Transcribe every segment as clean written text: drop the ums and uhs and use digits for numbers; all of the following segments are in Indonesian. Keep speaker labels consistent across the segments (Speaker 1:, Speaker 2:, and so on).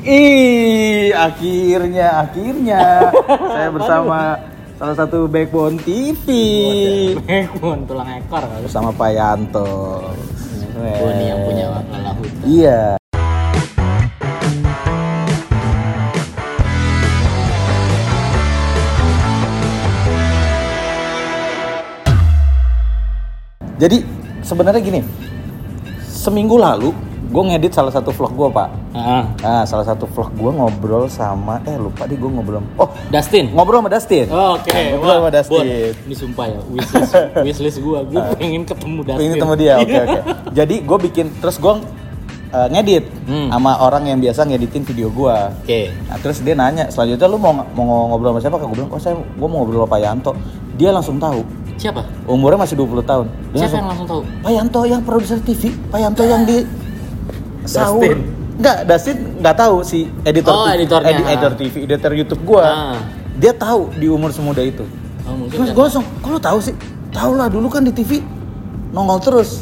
Speaker 1: Akhirnya saya bersama salah satu Backbone TV.
Speaker 2: Backbone tulang ekor
Speaker 1: bersama Pak Yanto.
Speaker 2: Boni yang punya kepala hutan.
Speaker 1: Iya. Jadi sebenarnya gini, seminggu lalu gue ngedit salah satu vlog gue, Pak. Nah, salah satu vlog gue ngobrol sama lupa deh gue ngobrol.
Speaker 2: Dustin.
Speaker 1: Ngobrol sama Dustin.
Speaker 2: Oke.
Speaker 1: Ngobrol sama Dustin.
Speaker 2: Ini sumpah ya, wishlist gue pengen ketemu Dustin.
Speaker 1: Pengen ketemu dia. Oke. Jadi gue bikin terus gue ngedit sama orang yang biasa ngeditin video gue.
Speaker 2: Oke.
Speaker 1: Nah, terus dia nanya, selanjutnya lu mau ngobrol sama siapa? Gue bilang, gue mau ngobrol sama Pak Yanto. Dia langsung tahu.
Speaker 2: Siapa?
Speaker 1: Umurnya masih 20 tahun.
Speaker 2: Siapa yang langsung tahu?
Speaker 1: Pak Yanto yang produser TV. Pak Yanto yang di Sahur.
Speaker 2: Dustin.
Speaker 1: Enggak, Dustin enggak tahu si editor editor TV, editor YouTube gua. Dia tahu di umur semuda itu. Terus gua langsung, "Kok lu tahu sih?" "Tahu lah, dulu kan di TV nongol terus."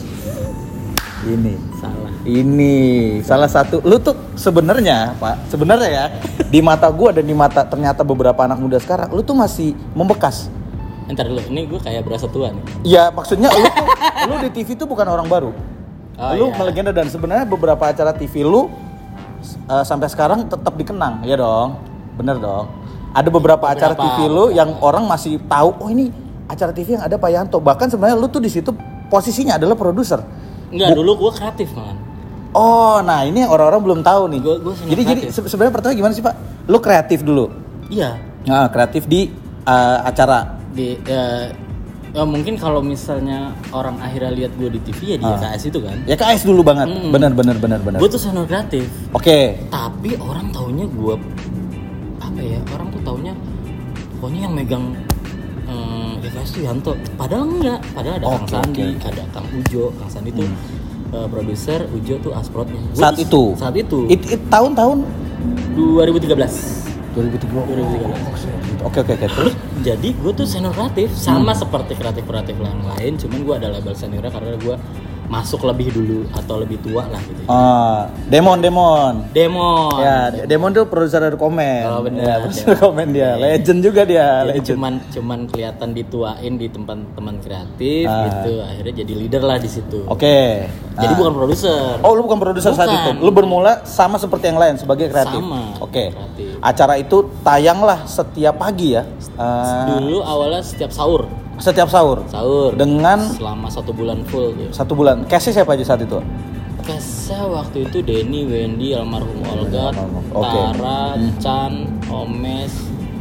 Speaker 1: Ini salah satu. Lu tuh sebenarnya, Pak, ya di mata gua dan di mata ternyata beberapa anak muda sekarang, lu tuh masih membekas.
Speaker 2: Entar dulu, ini gue kayak berasa tua nih.
Speaker 1: Iya, maksudnya lu di TV tuh bukan orang baru. Lu melegenda dan sebenarnya beberapa acara TV lu sampai sekarang tetap dikenang, ya dong? Bener dong. Ada beberapa acara TV lu yang orang masih tahu, oh ini acara TV yang ada Pak Yanto. Bahkan sebenarnya lu tuh di situ posisinya adalah produser.
Speaker 2: Enggak, dulu gue kreatif malah.
Speaker 1: Oh, nah ini yang orang-orang belum tahu nih. Jadi sebenarnya pertama gimana sih, Pak? Lu kreatif dulu?
Speaker 2: Iya.
Speaker 1: Nah, kreatif di acara
Speaker 2: mungkin kalau misalnya orang akhirnya lihat gue di TV ya di YKS itu kan.
Speaker 1: YKS dulu banget. Benar.
Speaker 2: Gue tuh senior kreatif.
Speaker 1: Oke.
Speaker 2: Tapi orang taunya gue orang tuh taunya pokoknya yang megang YKS tuh Yanto. Padahal enggak. Padahal ada Kang Sandi, ada Kang Ujo. Kang Sandi tuh produser, Ujo tuh asprotnya.
Speaker 1: Saat itu. Tahun-tahun
Speaker 2: 2013.
Speaker 1: 2013. Oke. Terus
Speaker 2: jadi gue tuh senior kreatif sama seperti kreatif yang lain, cuman gue ada label seniornya karena gue masuk lebih dulu atau lebih tua lah gitu.
Speaker 1: Demon. Ya, Demon tuh produser dari Komen.
Speaker 2: Oh bener.
Speaker 1: Ya, produser Komen dia. Legend juga dia.
Speaker 2: Jadi cuman kelihatan dituain di tempat teman kreatif gitu. Akhirnya jadi leader lah di situ.
Speaker 1: Oke.
Speaker 2: Jadi bukan produser.
Speaker 1: Oh, lu bukan produser saat itu. Lu bermula sama seperti yang lain sebagai kreatif.
Speaker 2: Sama.
Speaker 1: Oke. Acara itu tayanglah setiap pagi ya.
Speaker 2: Dulu awalnya setiap sahur. Dengan selama 1 bulan full ya.
Speaker 1: 1 bulan. Cast-nya siapa aja saat itu?
Speaker 2: Cast-nya waktu itu Denny, Wendy, almarhum Olga, Tara, Chan, Omes,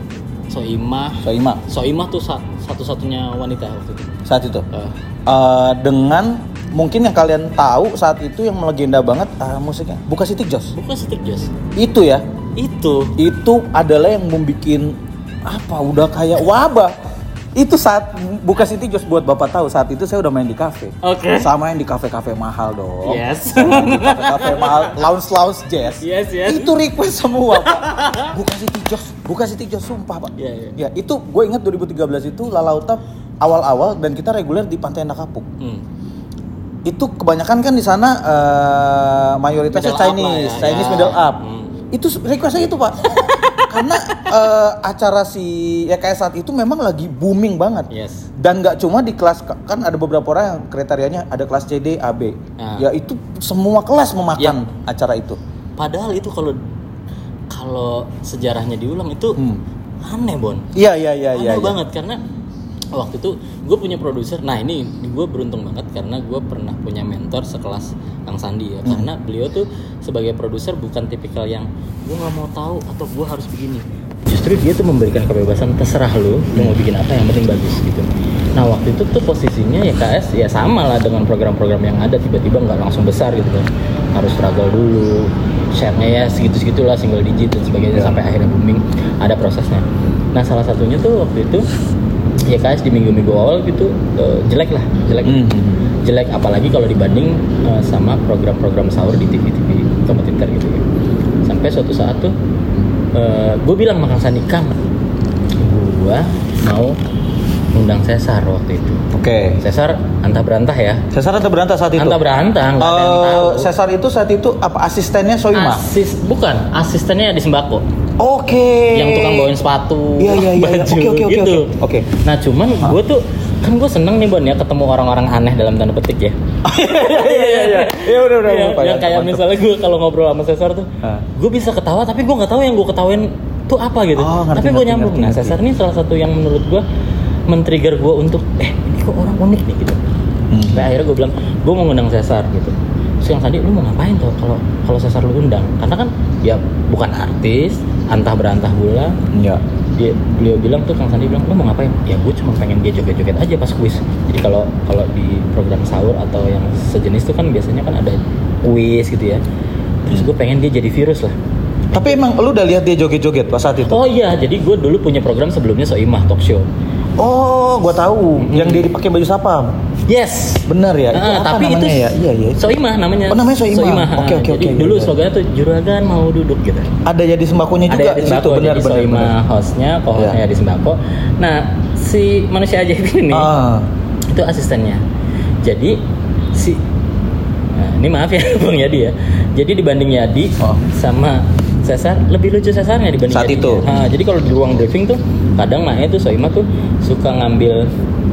Speaker 2: Soimah tuh satu-satunya wanita waktu itu.
Speaker 1: Saat itu. Dengan mungkin yang kalian tahu saat itu yang melegenda banget musiknya Buka Sitik Jos. Itu ya. Itu adalah yang membuat udah kayak wabah. Itu saat Buka Sitik Jos, buat Bapak tahu, saat itu saya udah main di kafe.
Speaker 2: Oke.
Speaker 1: Sama yang di kafe-kafe mahal dong.
Speaker 2: Yes.
Speaker 1: Di kafe-kafe mahal, lounge jazz.
Speaker 2: Yes.
Speaker 1: Itu request semua, Pak. Buka Sitik Jos, sumpah, Pak. Ya, itu gue ingat 2013 itu Lalauta awal-awal dan kita reguler di Pantai Indah Kapuk. Itu kebanyakan kan di sana mayoritasnya Chinese middle up. Itu requestnya itu, Pak. Karena acara si YKS saat itu memang lagi booming banget.
Speaker 2: Yes.
Speaker 1: Dan nggak cuma di kelas, kan ada beberapa orang yang kriterianya ada kelas CD, AB. Ya itu semua kelas memakan acara itu.
Speaker 2: Padahal itu kalau sejarahnya diulang itu aneh, Bon.
Speaker 1: Iya.
Speaker 2: Aneh banget karena waktu itu gue punya produser. Nah ini gue beruntung banget karena gue pernah punya mentor sekelas Kang Sandi ya. Karena beliau tuh sebagai produser bukan tipikal yang gue nggak mau tahu atau gue harus begini. Justru dia tuh memberikan kebebasan, terserah lu mau bikin apa yang penting bagus gitu. Nah waktu itu tuh posisinya YKS ya sama lah dengan program-program yang ada, tiba-tiba nggak langsung besar gitu kan. Harus struggle dulu, share-nya ya segitu-segitulah, single digit dan sebagainya sampai akhirnya booming. Ada prosesnya. Nah salah satunya tuh waktu itu YKS di minggu-minggu awal gitu jelek. Jelek apalagi kalau dibanding sama program-program sahur di TV-TV kompetitor gitu ya. Sampai suatu saat tuh gue bilang sama Kang Sandi, Kang, gue mau undang Cesar waktu itu.
Speaker 1: Oke.
Speaker 2: Cesar antah berantah ya.
Speaker 1: Cesar antah berantah saat itu.
Speaker 2: Antah berantah, nggak ada yang tahu.
Speaker 1: Cesar itu saat itu apa asistennya Soima?
Speaker 2: Bukan, asistennya di Sembako.
Speaker 1: Oke.
Speaker 2: Yang tukang bawain sepatu,
Speaker 1: iya.
Speaker 2: baju, gitu.
Speaker 1: Oke.
Speaker 2: Nah cuman gue tuh kan gue seneng nih Bon ya ketemu orang-orang aneh dalam tanda petik ya.
Speaker 1: Iya. Iya udah.
Speaker 2: Yang kayak misalnya gue kalau ngobrol sama Cesar tuh, gue bisa ketawa tapi gue nggak tahu yang gue ketawain tuh apa gitu. Tapi gue nyambung. Nah Cesar ini salah satu yang menurut gue men-trigger gue untuk ini kok orang unik nih gitu. Sampai akhirnya gue bilang gue mau ngundang Cesar gitu. Terus yang tadi lu mau ngapain tuh kalau Cesar lu undang? Karena kan ya bukan artis, antah berantah pula.
Speaker 1: Iya.
Speaker 2: Beliau bilang tuh Kang Sandi bilang lu mau ngapain? Ya gue cuma pengen dia joget-joget aja pas kuis. Jadi kalau di program sahur atau yang sejenis tuh kan biasanya kan ada kuis gitu ya. Terus gue pengen dia jadi virus lah.
Speaker 1: Tapi emang lu udah lihat dia joget-joget pas saat itu?
Speaker 2: Oh iya, jadi gue dulu punya program sebelumnya Soimah Talk Show.
Speaker 1: Oh, gue tahu. Yang dia dipakai baju sapam.
Speaker 2: Yes.
Speaker 1: Benar ya. Itu apa
Speaker 2: tapi
Speaker 1: namanya
Speaker 2: itu
Speaker 1: ya? Iya.
Speaker 2: Soimah namanya.
Speaker 1: Oh, namanya Soimah. Oke.
Speaker 2: Jadi dulu slogannya tuh juragan mau duduk gitu.
Speaker 1: Ada jadi sembakonya juga di situ, benar.
Speaker 2: Soimah hostnya, co-hostnya di Sembako. Nah, si manusia ajaib ini itu asistennya. Jadi ini maaf ya Bang Yadi ya. Jadi dibanding Yadi sama Cesar, lebih lucu Cesarnya dibanding
Speaker 1: saat
Speaker 2: Yadinya.
Speaker 1: itu.
Speaker 2: Jadi kalau di ruang briefing tuh kadang Mae tuh Soimah tuh suka ngambil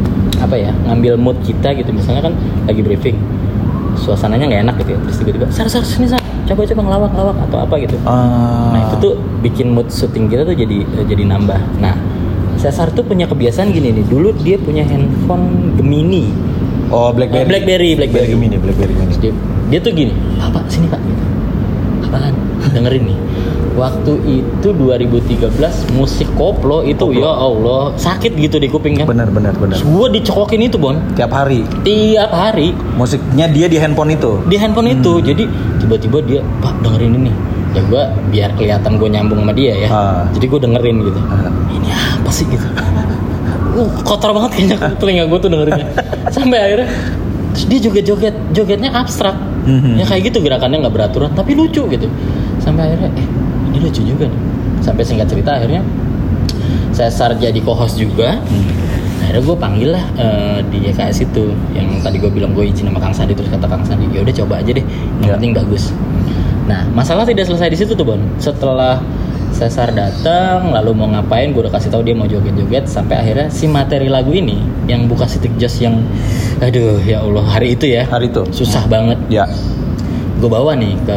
Speaker 2: mood kita gitu. Misalnya kan lagi briefing, suasananya nggak enak gitu ya. Terus tiba-tiba, Sar sini Sar, coba ngelawak atau apa gitu. Nah itu tuh bikin mood syuting kita tuh jadi nambah. Nah Cesar tuh punya kebiasaan gini nih. Dulu dia punya handphone Gemini.
Speaker 1: Oh BlackBerry Gemini.
Speaker 2: Dia tuh gini, Pak sini Pak. Gitu. Apaan? Dengerin nih. Waktu itu 2013 musik koplo itu ya Allah sakit gitu di kuping kan.
Speaker 1: Benar.
Speaker 2: Gua dicokokin itu Bon.
Speaker 1: Tiap hari. Musiknya dia di handphone itu.
Speaker 2: Jadi tiba-tiba dia Pak dengerin ini. Ya gua biar kelihatan gua nyambung sama dia ya. Jadi gua dengerin gitu. Ini apa sih gitu. Kotor banget kayaknya telinga gua tuh dengerinnya. Sampai akhirnya terus dia jogetnya abstrak. Ya kayak gitu gerakannya nggak beraturan tapi lucu gitu. Sampai akhirnya ini lucu juga nih. Sampai singkat cerita akhirnya Cesar jadi co-host juga. Akhirnya gue panggil lah di EKS itu yang tadi gue bilang gue izin sama Kang Sandi. Terus kata Kang Sandi ya udah coba aja deh, yang penting bagus. Nah masalah tidak selesai di situ tuh Bon. Setelah Cesar datang lalu mau ngapain, gue udah kasih tahu dia mau joget-joget. Sampai akhirnya si materi lagu ini yang buka sitik jos yang aduh ya Allah hari itu susah banget
Speaker 1: ya.
Speaker 2: Gue bawa nih ke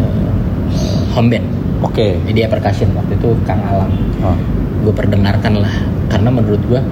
Speaker 2: home band.
Speaker 1: Oke.
Speaker 2: Jadi dia percussion waktu itu Kang Alam. Gue perdengarkan lah karena menurut gue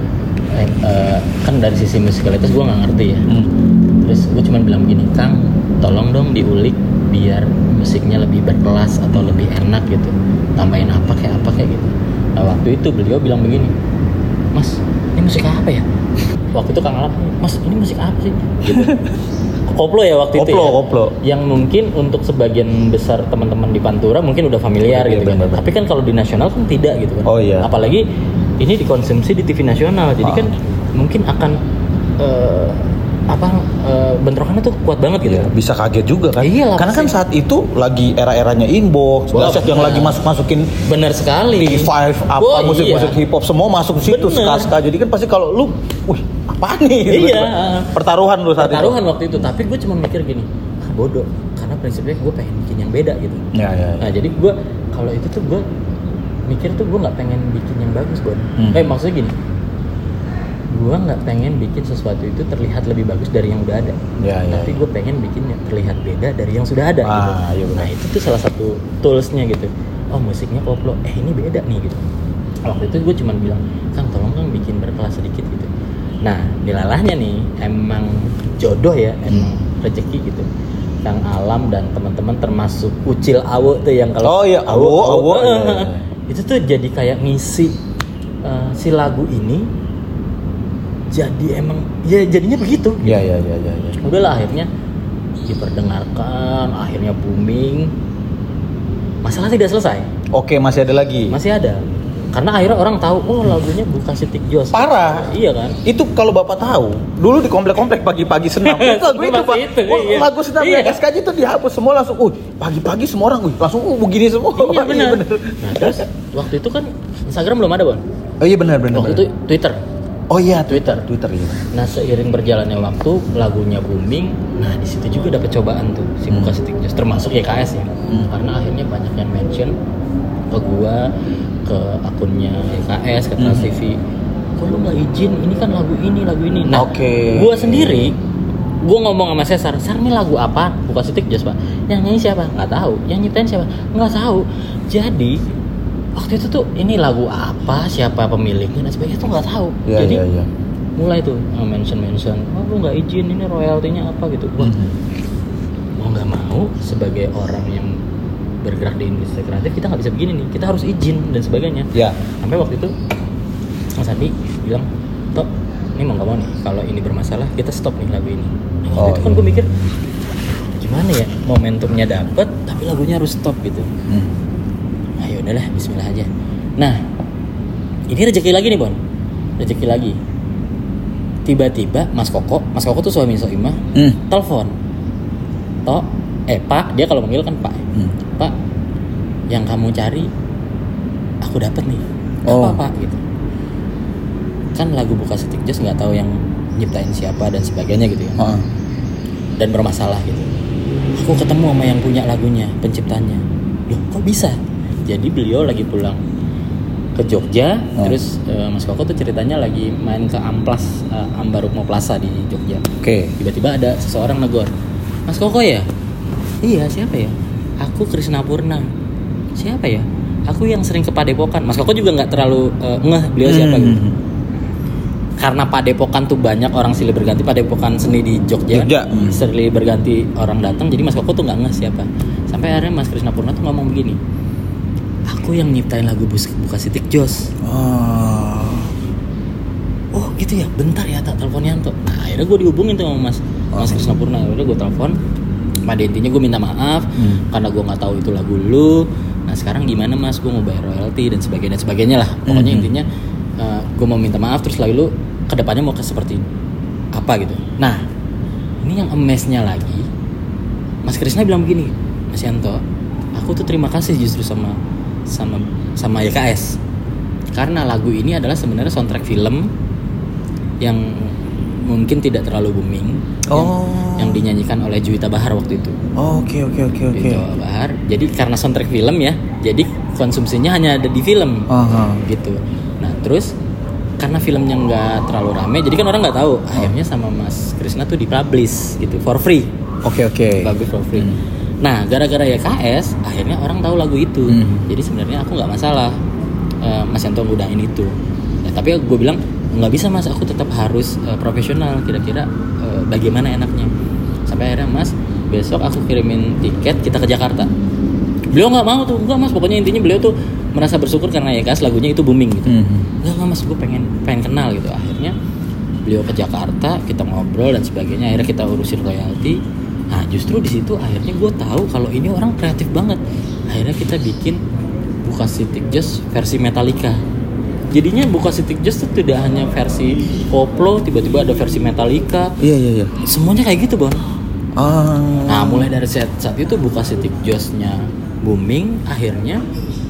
Speaker 2: kan dari sisi musikalitas gue nggak ngerti ya. Terus gue cuma bilang gini, Kang tolong dong diulik biar musiknya lebih berkelas atau lebih enak gitu, tambahin apa kayak gitu. Nah waktu itu beliau bilang begini, Mas ini musik apa ya? Waktu itu Kang Alam, Mas ini musik apa sih? Gitu. Koplo ya waktu itu ya.
Speaker 1: Koplo.
Speaker 2: Yang mungkin untuk sebagian besar teman-teman di Pantura mungkin udah familiar gitu kan. Tapi kan kalau di nasional kan tidak gitu kan.
Speaker 1: Oh iya.
Speaker 2: Apalagi ini dikonsumsi di TV nasional. Jadi kan mungkin akan bentrokannya tuh kuat banget gitu.
Speaker 1: Iya, bisa kaget juga kan.
Speaker 2: Iya,
Speaker 1: karena kan saat itu lagi era-eranya inbox, yang lagi masukin
Speaker 2: benar sekali.
Speaker 1: P5 musik-musik hip hop semua masuk ke situ ska. Jadi kan pasti kalau lu apaan nih?
Speaker 2: Iya.
Speaker 1: Pertaruhan lu saat itu.
Speaker 2: Waktu itu, tapi gue cuma mikir gini, bodoh. Karena prinsipnya gue pengen bikin yang beda gitu.
Speaker 1: Ya.
Speaker 2: Nah jadi gue kalau itu tuh gue mikir tuh gue nggak pengen bikin yang bagus Bon. Maksudnya gini, gue nggak pengen bikin sesuatu itu terlihat lebih bagus dari yang udah ada. Tapi gue pengen bikin yang terlihat beda dari yang sudah ada. Gitu.
Speaker 1: Iya
Speaker 2: nah itu tuh salah satu toolsnya gitu. Oh musiknya koplo, ini beda nih gitu. Waktu itu gue cuma bilang, Kang tolong Kang bikin berkelas sedikit gitu. Nah dilalahnya nih emang jodoh ya, emang rezeki gitu. Kang Alam dan teman-teman termasuk Ucil Awo tuh yang kalau
Speaker 1: Awo.
Speaker 2: Itu tuh jadi kayak ngisi si lagu ini. Jadi emang ya jadinya begitu.
Speaker 1: Iya.
Speaker 2: Udahlah akhirnya diperdengarkan, akhirnya booming. Masalah tidak selesai.
Speaker 1: Oke, masih ada lagi.
Speaker 2: Masih ada. Karena akhirnya orang tahu, lagunya bukan Sitik Jos.
Speaker 1: Parah.
Speaker 2: Iya kan?
Speaker 1: Itu kalau Bapak tahu, dulu di komplek-komplek pagi-pagi senam. Lagu itu Pak. Lagu senam SKJ itu dihapus semua langsung. Pagi-pagi semua orang langsung begini semua.
Speaker 2: Iya benar. Nah, terus waktu itu kan Instagram belum ada, Bon.
Speaker 1: Oh iya benar.
Speaker 2: Waktu itu Twitter.
Speaker 1: Oh iya,
Speaker 2: Twitter
Speaker 1: iya.
Speaker 2: Nah seiring berjalannya waktu lagunya booming, nah di situ juga dapat cobaan tuh si Buka Stick Joss, termasuk YKS ya, karena akhirnya banyak yang mention ke gua, ke akunnya YKS, ke Trans TV, kok lu nggak izin, ini kan lagu ini. Nah gua sendiri ngomong sama Sar ini lagu apa? Buka Stick Joss pak, yang nyanyi siapa? Nggak tahu, yang nyiptain siapa? Nggak tahu. Jadi waktu itu tuh ini lagu apa, siapa pemiliknya dan sebagainya tuh nggak tahu. Jadi mulai tuh mention, oh lu nggak izin, ini royaltinya apa gitu. Wah, mau nggak mau sebagai orang yang bergerak di industri kreatif kita nggak bisa begini nih, kita harus izin dan sebagainya. Sampai waktu itu Mas Andi bilang, Tok, ini mau nggak mau nih, kalau ini bermasalah kita stop nih lagu ini. Nah, itu kan gue mikir gimana ya, momentumnya dapet tapi lagunya harus stop gitu. Nah ya udahlah, bismillah aja. Nah ini rezeki lagi nih Bon, rezeki lagi. Tiba-tiba Mas Koko tuh suami Soimah telepon, Tok, Pak, dia kalau manggil kan Pak, Pak, yang kamu cari aku dapet nih. Apa Pak gitu. Kan lagu Buka Stick Joss nggak tahu yang nyiptain siapa dan sebagainya gitu ya. Dan bermasalah gitu. Aku ketemu sama yang punya lagunya, penciptanya. Loh kok bisa? Jadi beliau lagi pulang ke Jogja, terus Mas Koko tuh ceritanya lagi main ke Amplas, Ambarukmo Plaza di Jogja. Tiba-tiba ada seseorang negor, Mas Koko ya? Iya, siapa ya? Aku Krisna Purna. Siapa ya? Aku yang sering ke Padepokan. Mas Koko juga nggak terlalu ngeh beliau siapa gitu. Karena Padepokan tuh banyak orang silih berganti, Padepokan seni di Jogja. Silih berganti orang datang, jadi Mas Koko tuh nggak ngeh siapa. Sampai akhirnya Mas Krisna Purna tuh ngomong begini, aku yang nyiptain lagu Buka Stick Joss. Oh gitu ya, bentar ya tak telepon Yanto. Nah akhirnya gue dihubungin tuh sama Mas Krisna Purna. Udah gue telepon, pada intinya gue minta maaf karena gue nggak tahu itu lagu lu. Nah sekarang gimana Mas, gue mau bayar royalti dan sebagainya lah. Pokoknya intinya gue mau minta maaf, terus lalu kedepannya mau ke seperti apa gitu. Nah ini yang amazed-nya lagi, Mas Krisna bilang begini, Mas Yanto, aku tuh terima kasih justru sama YKS karena lagu ini adalah sebenarnya soundtrack film yang mungkin tidak terlalu booming, yang dinyanyikan oleh Juwita Bahar waktu itu.
Speaker 1: Oke.
Speaker 2: Juwita Bahar. Jadi karena soundtrack film ya, jadi konsumsinya hanya ada di film, gitu. Nah terus karena filmnya nggak terlalu rame, jadi kan orang nggak tahu. Akhirnya sama Mas Krisna tuh dipublish gitu for free. Publish for free. Nah gara-gara YKS akhirnya orang tahu lagu itu. Jadi sebenarnya aku nggak masalah Mas Yanto ngundangin itu. Nah, tapi gue bilang nggak bisa Mas, aku tetap harus profesional. Kira-kira bagaimana enaknya? Sampai akhirnya Mas, besok aku kirimin tiket kita ke Jakarta. Beliau nggak mau tuh, enggak Mas. Pokoknya intinya beliau tuh merasa bersyukur karena YKS lagunya itu booming gitu. Enggak Mas, gue pengen kenal gitu. Akhirnya beliau ke Jakarta, kita ngobrol dan sebagainya. Akhirnya kita urusin royalti. Nah justru di situ akhirnya gue tahu kalau ini orang kreatif banget. Akhirnya kita bikin Buka Stick Joss versi Metallica. Jadinya Buka Stick Joss tuh tidak hanya versi koplo, tiba-tiba ada versi Metallica.
Speaker 1: Iya.
Speaker 2: Semuanya kayak gitu Bon. Nah mulai dari saat itu Buka Stick Joss-nya booming. Akhirnya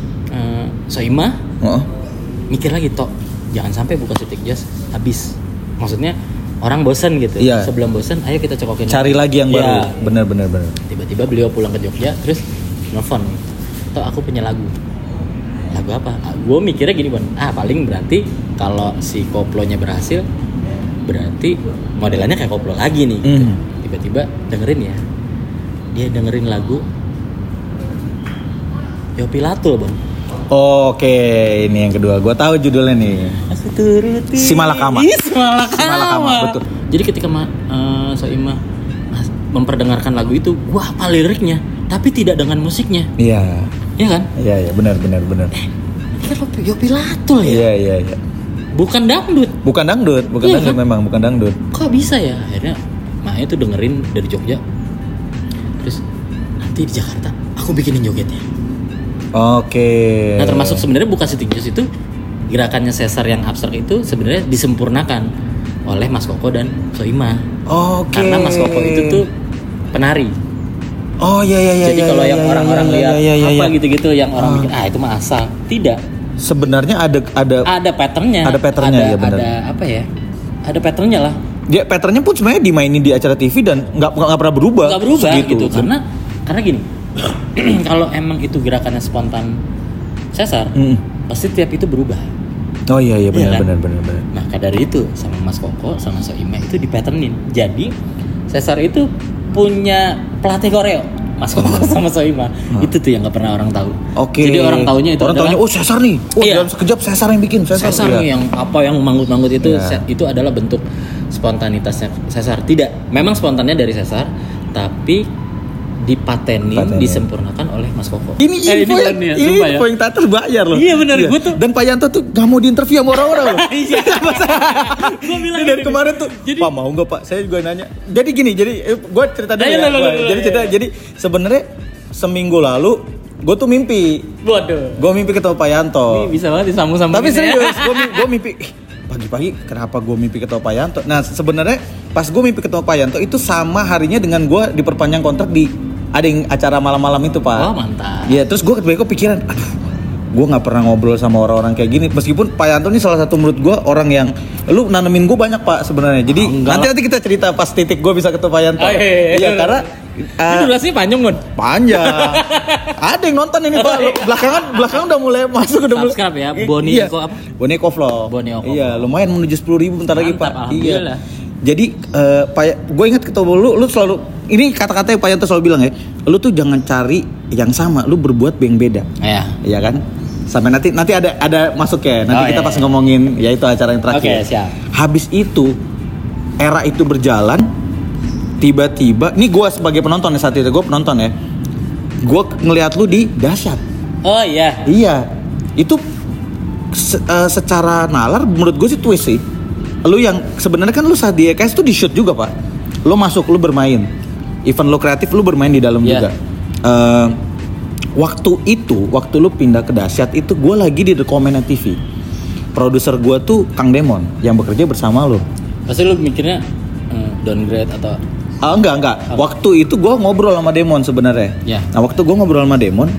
Speaker 2: Soimah mikir lagi, Tok, jangan sampai Buka Stick Joss habis. Maksudnya orang bosan gitu. Sebelum bosan, ayo kita cokokin.
Speaker 1: Cari lagi yang baru. Bener.
Speaker 2: Tiba-tiba beliau pulang ke Jogja, terus nelfon, Tok, aku punya lagu apa? Gue mikirnya gini Bon, paling berarti kalau si koplonya berhasil, berarti modelannya kayak koplo lagi nih. Tiba-tiba dengerin ya, dia dengerin lagu Yopi Latul Bon.
Speaker 1: Oke, ini yang kedua. Gue tahu judulnya nih.
Speaker 2: Aku turuti.
Speaker 1: Si Malakama. Betul.
Speaker 2: Jadi ketika Soimah memperdengarkan lagu itu, gue hafal liriknya, tapi tidak dengan musiknya. Iya kan?
Speaker 1: Iya, benar.
Speaker 2: Ini kan Yopi Latul ya?
Speaker 1: Iya.
Speaker 2: Bukan dangdut
Speaker 1: kan? Memang bukan dangdut.
Speaker 2: Kok bisa ya? Akhirnya makanya tuh dengerin dari Jogja. Terus nanti di Jakarta aku bikinin jogetnya.
Speaker 1: Oke.
Speaker 2: Nah termasuk sebenarnya Buka Stick Joss itu gerakannya sesar yang abstrak itu sebenarnya disempurnakan oleh Mas Koko dan Soimah. Karena Mas Koko itu tuh penari.
Speaker 1: Iya.
Speaker 2: Jadi kalau yang orang-orang lihat apa gitu-gitu yang orang mikir itu mah asal. Tidak.
Speaker 1: sebenarnya ada
Speaker 2: patternnya.
Speaker 1: Ada patternnya, ya benar.
Speaker 2: Ada apa ya? Ada patternnya lah.
Speaker 1: Dia patternnya pun sebenarnya dimainin di acara TV dan nggak pernah berubah.
Speaker 2: Nggak berubah gitu. Karena gini, kalau emang itu gerakannya spontan sesar, pasti tiap itu berubah.
Speaker 1: Oh iya benar.
Speaker 2: Nah dari itu sama Mas Koko sama Soimah itu dipatternin. Jadi sesar itu punya pelatih koreo. Mas Koko sama Soimah itu tuh yang nggak pernah orang tahu.
Speaker 1: Oke.
Speaker 2: Jadi orang taunya itu adalah
Speaker 1: Sesar nih. Dalam sekejap Sesar yang bikin
Speaker 2: Sesar nih yang manggut-manggut itu itu adalah bentuk spontanitasnya Sesar. Tidak, memang spontannya dari Sesar, tapi dipatenin, disempurnakan oleh Mas Koko.
Speaker 1: Ini info yang tak terbayar loh.
Speaker 2: Iya benar, gue tuh.
Speaker 1: Dan Pak Yanto tuh gak mau diinterview sama orang-orang loh.
Speaker 2: Iya. Gue bilang
Speaker 1: dari kemarin tuh, Pak mau nggak Pak? Saya juga nanya. Jadi gini, gue cerita dulu ya. Jadi sebenarnya seminggu lalu gue tuh mimpi.
Speaker 2: Waduh.
Speaker 1: Gue mimpi ketemu Pak Yanto.
Speaker 2: Ini bisa banget disambung-sambung.
Speaker 1: Tapi serius, gue mimpi. Pagi-pagi kenapa gue mimpi ketemu Pak Yanto? Nah sebenarnya pas gue mimpi ketemu Pak Yanto itu sama harinya dengan gue diperpanjang kontrak di ada yang acara malam-malam itu Pak.
Speaker 2: Oh mantap.
Speaker 1: Iya terus gue kepikiran, aduh, gue nggak pernah ngobrol sama orang-orang kayak gini. Meskipun Pak Yanto ini salah satu menurut gue orang yang lu nanemin gue banyak Pak sebenarnya. Jadi nanti kita cerita pas titik gue bisa ketemu Pak Yanto. Iya karena
Speaker 2: ini durasinya panjang kan?
Speaker 1: Panjang. Ada yang nonton ini Pak. Belakangan udah mulai masuk
Speaker 2: subscribe ya.
Speaker 1: Boneko Vlog. Iya lumayan menuju 10.000 bentar lagi Pak. Iya. Jadi gue ingat ketemu lu selalu ini kata-kata yang Pak Yanto selalu bilang ya, lu tuh jangan cari yang sama, lu berbuat yang beda. Iya kan? Sampai nanti ada masuk ya. Nanti kita pas ngomongin ya itu acara yang terakhir.
Speaker 2: Oke, siap.
Speaker 1: Habis itu era itu berjalan, tiba-tiba, ini gue sebagai penonton ya saat itu gue penonton ya, gue ngelihat lu di Dahsyat.
Speaker 2: Oh iya.
Speaker 1: Iya. Itu secara nalar menurut gue sih twist sih. Lu yang sebenarnya kan lu saat di EKS tuh di shoot juga Pak. Lu masuk, lu bermain. Event lu kreatif, lu bermain di dalam juga. Waktu lu pindah ke Dahsyat itu gue lagi di The Comment TV. Produser gue tuh Kang Demon yang bekerja bersama lu.
Speaker 2: Pasti lu mikirnya downgrade atau?
Speaker 1: Enggak. Waktu itu gue ngobrol sama Demon sebenarnya. Nah waktu gue ngobrol sama Demon,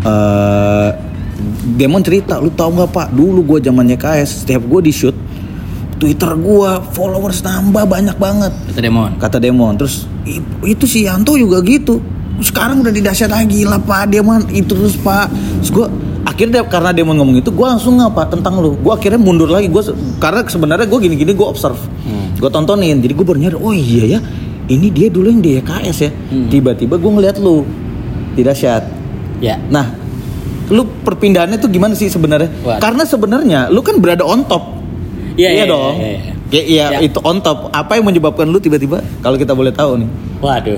Speaker 1: Demon cerita, lu tahu nggak Pak? Dulu gue zaman YKS, setiap gue di shoot, Twitter gue followers nambah banyak banget. Kata Demon. Terus itu si Yanto juga gitu. Sekarang udah di Dahsyat lagi lah Pak. Demon itu terus Pak. Terus gue akhirnya karena Demon ngomong itu, gue langsung ngapa tentang lu. Gue akhirnya mundur lagi. Karena sebenarnya gue gini-gini gue observe. Gue tontonin. Jadi gue baru nyadar, oh iya ya. Ini dia dulu yang di EKS ya. Tiba-tiba gue ngeliat lu di Dahsyat.
Speaker 2: Ya.
Speaker 1: Nah, lu perpindahannya tuh gimana sih sebenarnya? Karena sebenarnya lu kan berada on top. Iya dong. Iya, itu on top. Apa yang menyebabkan lu tiba-tiba kalau kita boleh tahu nih?
Speaker 2: Waduh.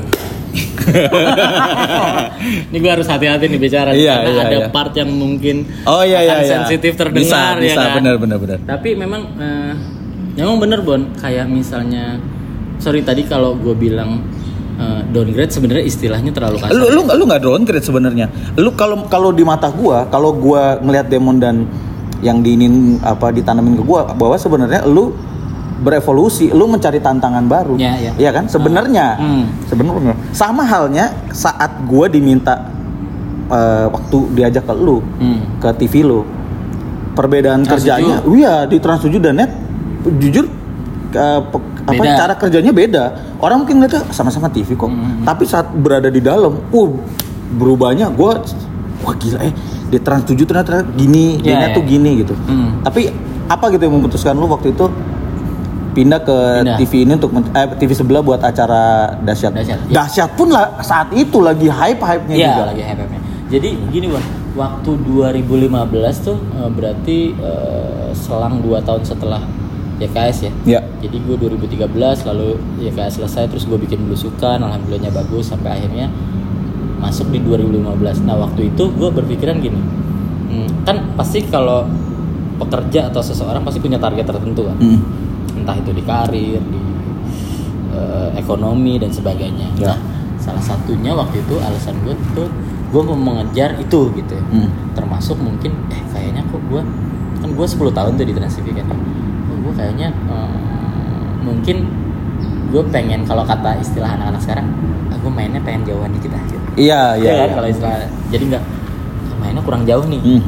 Speaker 2: Ini gue harus hati-hati nih bicara karena ada part yang mungkin sensitif terdengar
Speaker 1: bisa,
Speaker 2: kan?
Speaker 1: Benar.
Speaker 2: Tapi memang bener Bon, kayak misalnya tadi kalau gue bilang downgrade sebenarnya istilahnya terlalu kasar.
Speaker 1: Lu nggak downgrade sebenarnya. Lu kalau di mata gue, kalau gue ngelihat Demon dan yang ditanamin ke gue bahwa sebenarnya lu berevolusi, lu mencari tantangan baru. Iya kan? Sebenarnya sama halnya saat gue diminta waktu diajak ke lu ke TV lu. Perbedaan kerjanya, di Trans 7 dan Net jujur cara kerjanya beda. Orang mungkin ngeliatnya sama-sama TV kok. Tapi saat berada di dalam, berubahnya gue wah gila di Trans 7 ternyata gini, di Net tuh gini gitu. Tapi apa gitu yang memutuskan lu waktu itu pindah ke TV ini untuk TV sebelah buat acara Dahsyat. Dahsyat pun saat itu lagi hype-nya juga.
Speaker 2: Lagi hype-nya. Jadi gini Bon, waktu 2015 tuh berarti selang 2 tahun setelah YKS ya. Jadi gue 2013 lalu YKS selesai, terus gue bikin belusukan, alhamdulillahnya bagus sampai akhirnya masuk di 2015. Nah waktu itu gue berpikiran gini, kan pasti kalau pekerja atau seseorang pasti punya target tertentu kan. Entah itu di karir, di ekonomi dan sebagainya. Nah, salah satunya waktu itu alasan gue tuh gue mau mengejar itu gitu ya. Termasuk mungkin kayaknya kok gue 10 tahun tuh di Trans TV kan. Gue kayaknya mungkin gue pengen, kalau kata istilah anak-anak sekarang, gue mainnya pengen jauhan dikit aja.
Speaker 1: Iya.
Speaker 2: Kan kalau istilah, jadi nggak mainnya kurang jauh nih. Nah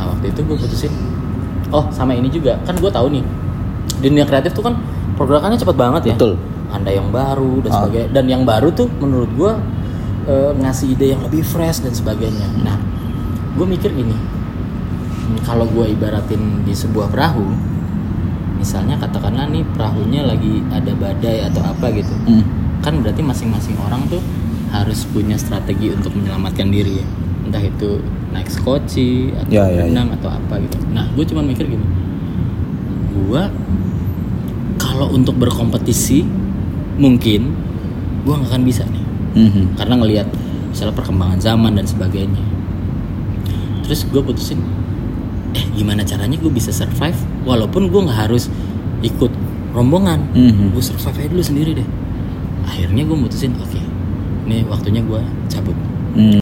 Speaker 2: Nah waktu itu gue putusin, oh sama ini juga kan gue tahu nih di dunia kreatif tuh kan pergerakannya cepat banget ya.
Speaker 1: Betul.
Speaker 2: Ada yang baru dan sebagainya, dan yang baru tuh menurut gue ngasih ide yang lebih fresh dan sebagainya. Nah gue mikir gini, kalau gue ibaratin di sebuah perahu, misalnya katakanlah nih perahunya lagi ada badai atau apa gitu, kan berarti masing-masing orang tuh harus punya strategi untuk menyelamatkan diri ya, entah itu naik skoci atau berenang atau apa gitu. Nah gue cuma mikir gini, gue kalau untuk berkompetisi mungkin gue nggak akan bisa nih, karena ngelihat misalnya perkembangan zaman dan sebagainya. Terus gue putusin, gimana caranya gue bisa survive walaupun gue nggak harus ikut rombongan, gue survive aja dulu sendiri deh. Akhirnya gue mutusin, oke, ini waktunya gue cabut.